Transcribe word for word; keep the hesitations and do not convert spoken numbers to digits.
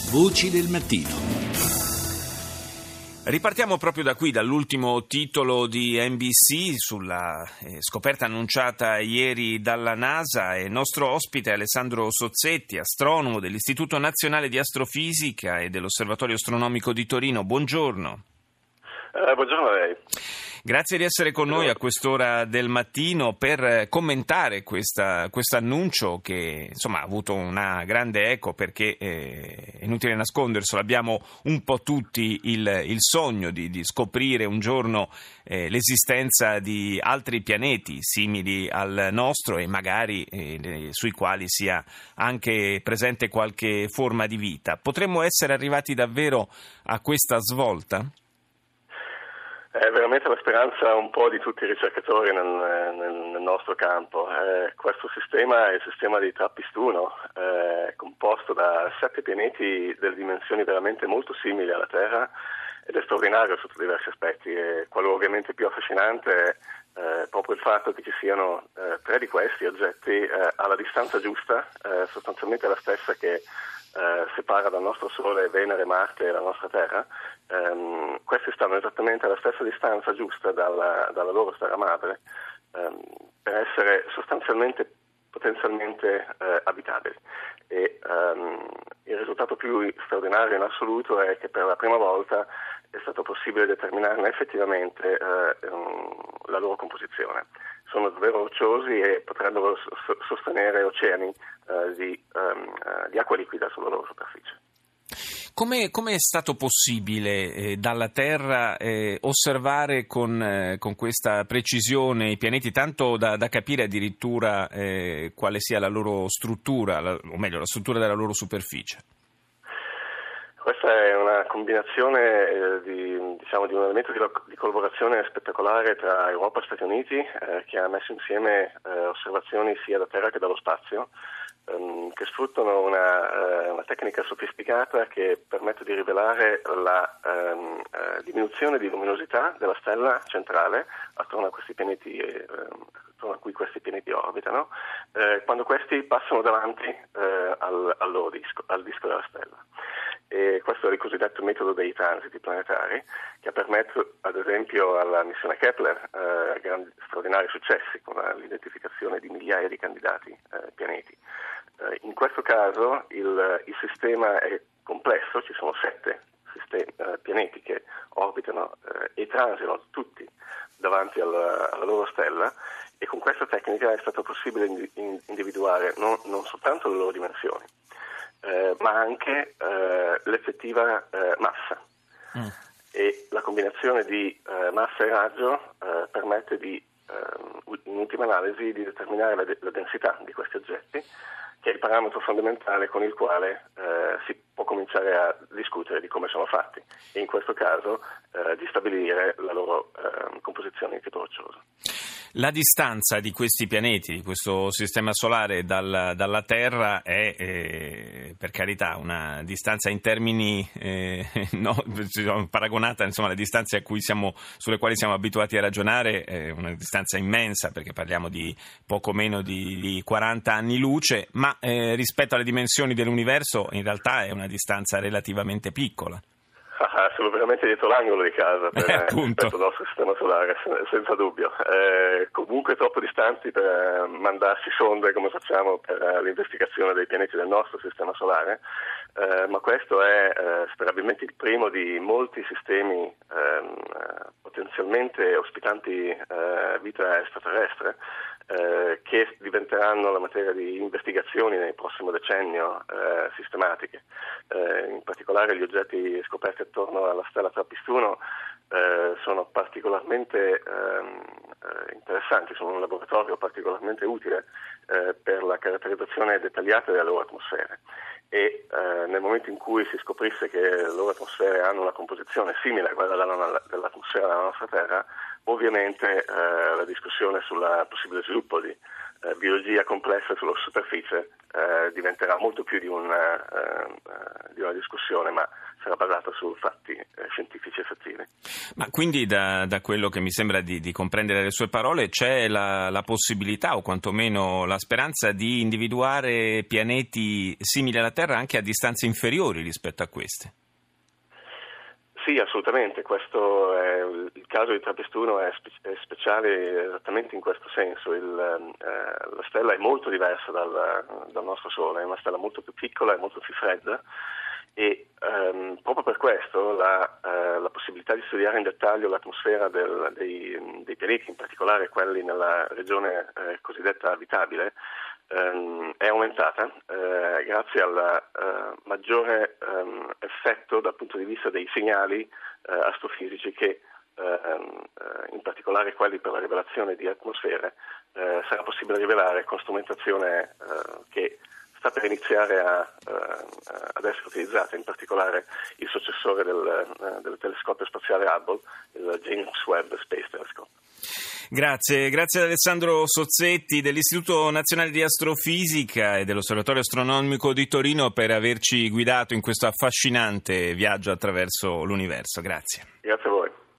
Voci del mattino. Ripartiamo proprio da qui, dall'ultimo titolo di N B C sulla eh, scoperta annunciata ieri dalla NASA. E il nostro ospite è Alessandro Sozzetti, astronomo dell'Istituto Nazionale di Astrofisica e dell'Osservatorio Astronomico di Torino. Buongiorno. Eh, buongiorno a lei. Grazie di essere con noi a quest'ora del mattino per commentare questo annuncio che insomma ha avuto una grande eco, perché eh, è inutile nasconderselo, abbiamo un po' tutti il, il sogno di, di scoprire un giorno eh, l'esistenza di altri pianeti simili al nostro e magari eh, sui quali sia anche presente qualche forma di vita. Potremmo essere arrivati davvero a questa svolta? È veramente la speranza un po' di tutti i ricercatori nel, nel, nel nostro campo. Eh, questo sistema è il sistema di Trappist-uno, eh, composto da sette pianeti delle dimensioni veramente molto simili alla Terra ed è straordinario sotto diversi aspetti. E quello ovviamente più affascinante è eh, proprio il fatto che ci siano eh, tre di questi oggetti eh, alla distanza giusta, eh, sostanzialmente la stessa che Eh, separa dal nostro Sole Venere, Marte e la nostra Terra. Um, questi stanno esattamente alla stessa distanza giusta dalla, dalla loro stella madre um, per essere sostanzialmente potenzialmente uh, abitabili. E um, il risultato più straordinario in assoluto è che per la prima volta è stato possibile determinarne effettivamente uh, um, la loro composizione. Sono davvero rocciosi e potrebbero sostenere oceani uh, di, um, uh, di acqua liquida sulla loro superficie. Come, come è stato possibile eh, dalla Terra eh, osservare con, eh, con questa precisione i pianeti, tanto da, da capire addirittura eh, quale sia la loro struttura, la, o meglio la struttura della loro superficie? Questa è una combinazione eh, di, diciamo, di un elemento di, di collaborazione spettacolare tra Europa e Stati Uniti, eh, che ha messo insieme eh, osservazioni sia da terra che dallo spazio, ehm, che sfruttano una, eh, una tecnica sofisticata che permette di rivelare la ehm, eh, diminuzione di luminosità della stella centrale attorno a questi pianeti, eh, attorno a cui questi pianeti orbitano, eh, quando questi passano davanti eh, al, al loro disco, al disco della stella. E questo è il cosiddetto metodo dei transiti planetari, che ha permesso ad esempio alla missione Kepler eh, grandi, straordinari successi con l'identificazione di migliaia di candidati eh, pianeti. Eh, in questo caso il, il sistema è complesso, ci sono sette sistemi, eh, pianeti che orbitano eh, e transitano tutti davanti alla, alla loro stella, e con questa tecnica è stato possibile individuare non, non soltanto le loro dimensioni, Eh, ma anche eh, l'effettiva eh, massa. Mm. E la combinazione di eh, massa e raggio eh, permette di, eh, in ultima analisi, di determinare la, de- la densità di questi oggetti, che è il parametro fondamentale con il quale eh, si può cominciare a discutere di come sono fatti e in questo caso eh, di stabilire la loro eh, composizione in tipo roccioso. La distanza di questi pianeti, di questo sistema solare dal, dalla Terra è, eh, per carità, una distanza in termini eh, no, paragonata insomma alle distanze a cui siamo, sulle quali siamo abituati a ragionare, è una distanza immensa, perché parliamo di poco meno di, di quaranta anni luce, ma eh, rispetto alle dimensioni dell'universo in realtà è una distanza relativamente piccola. Ah, sono veramente dietro l'angolo di casa per, eh, rispetto al nostro sistema solare, senza dubbio. Eh, comunque troppo distanti per mandarsi sonde come facciamo per l'investigazione dei pianeti del nostro sistema solare, eh, ma questo è eh, sperabilmente il primo di molti sistemi ehm, potenzialmente ospitanti eh, vita extraterrestre, eh, che diventeranno la materia di investigazioni nel prossimo decennio eh, sistematiche. Eh, in particolare gli oggetti scoperti attorno alla stella Trappist-uno eh, sono particolarmente ehm, eh, interessanti, sono un laboratorio particolarmente utile eh, per la caratterizzazione dettagliata delle loro atmosfere. E eh, nel momento in cui si scoprisse che le loro atmosfere hanno una composizione simile a quella della, dell'atmosfera della nostra Terra, ovviamente eh, la discussione sul possibile sviluppo di eh, biologia complessa sulla superficie eh, diventerà molto più di un, eh, di di una discussione, ma sarà basata su fatti eh, scientifici effettivi. Ma quindi da, da quello che mi sembra di, di comprendere le sue parole c'è la, la possibilità o quantomeno la speranza di individuare pianeti simili alla Terra anche a distanze inferiori rispetto a queste? Sì, assolutamente, questo è, il caso di Trappist uno è, spe- è speciale esattamente in questo senso. Il, eh, la stella è molto diversa dal, dal nostro Sole, è una stella molto più piccola e molto più fredda e ehm, proprio per questo la, eh, la possibilità di studiare in dettaglio l'atmosfera del, dei, dei pianeti, in particolare quelli nella regione eh, cosiddetta abitabile, ehm, è aumentata eh, grazie al eh, maggiore ehm, effetto dal punto di vista dei segnali eh, astrofisici che ehm, eh, in particolare quelli per la rivelazione di atmosfere eh, sarà possibile rivelare con strumentazione eh, che sta per iniziare a, uh, ad essere utilizzata, in particolare il successore del, uh, del telescopio spaziale Hubble, il James Webb Space Telescope. Grazie, grazie ad Alessandro Sozzetti dell'Istituto Nazionale di Astrofisica e dell'Osservatorio Astronomico di Torino per averci guidato in questo affascinante viaggio attraverso l'universo. Grazie. Grazie a voi.